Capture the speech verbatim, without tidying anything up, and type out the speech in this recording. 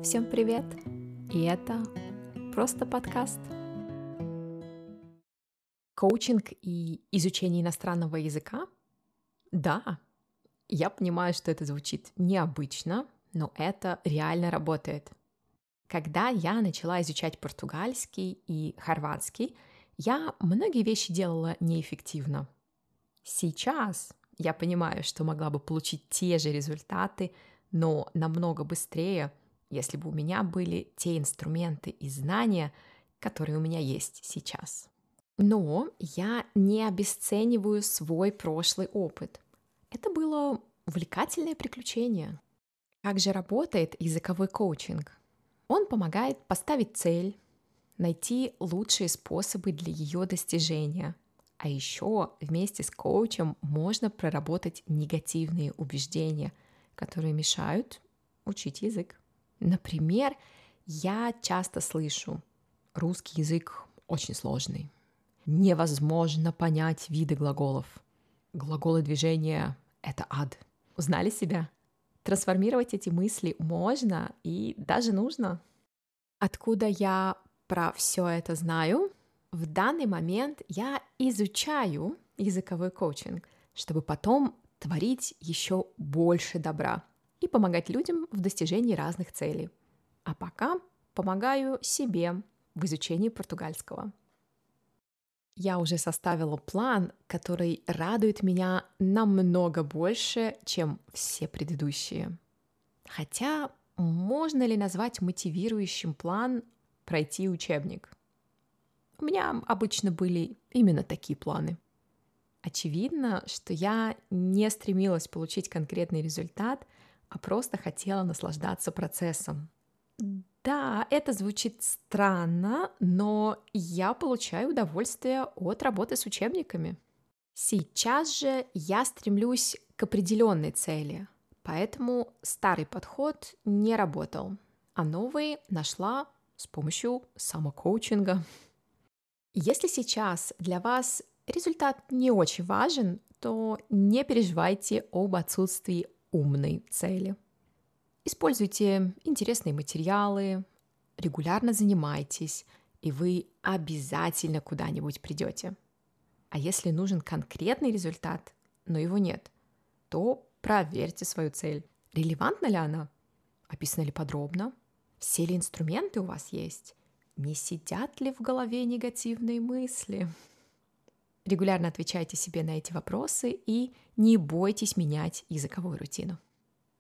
Всем привет! И это просто подкаст. Коучинг и изучение иностранного языка? Да, я понимаю, что это звучит необычно, но это реально работает. Когда я начала изучать португальский и хорватский, я многие вещи делала неэффективно. Сейчас я понимаю, что могла бы получить те же результаты, но намного быстрее, если бы у меня были те инструменты и знания, которые у меня есть сейчас. Но я не обесцениваю свой прошлый опыт. Это было увлекательное приключение. Как же работает языковой коучинг? Он помогает поставить цель, найти лучшие способы для ее достижения. А еще вместе с коучем можно проработать негативные убеждения, которые мешают учить язык. Например, я часто слышу: русский язык очень сложный. Невозможно понять виды глаголов. Глаголы движения — это ад. Узнали себя? Трансформировать эти мысли можно и даже нужно. Откуда я про все это знаю? В данный момент я изучаю языковой коучинг, чтобы потом творить еще больше добра и помогать людям в достижении разных целей. А пока помогаю себе в изучении португальского. Я уже составила план, который радует меня намного больше, чем все предыдущие. Хотя можно ли назвать мотивирующим план пройти учебник? У меня обычно были именно такие планы. Очевидно, что я не стремилась получить конкретный результат, а просто хотела наслаждаться процессом. Да, это звучит странно, но я получаю удовольствие от работы с учебниками. Сейчас же я стремлюсь к определенной цели, поэтому старый подход не работал, а новый нашла с помощью самокоучинга. Если сейчас для вас результат не очень важен, то не переживайте об отсутствии умной цели. Используйте интересные материалы, регулярно занимайтесь, и вы обязательно куда-нибудь придете. А если нужен конкретный результат, но его нет, то проверьте свою цель. Релевантна ли она? Описана ли подробно? Все ли инструменты у вас есть? Не сидят ли в голове негативные мысли? Регулярно отвечайте себе на эти вопросы и не бойтесь менять языковую рутину.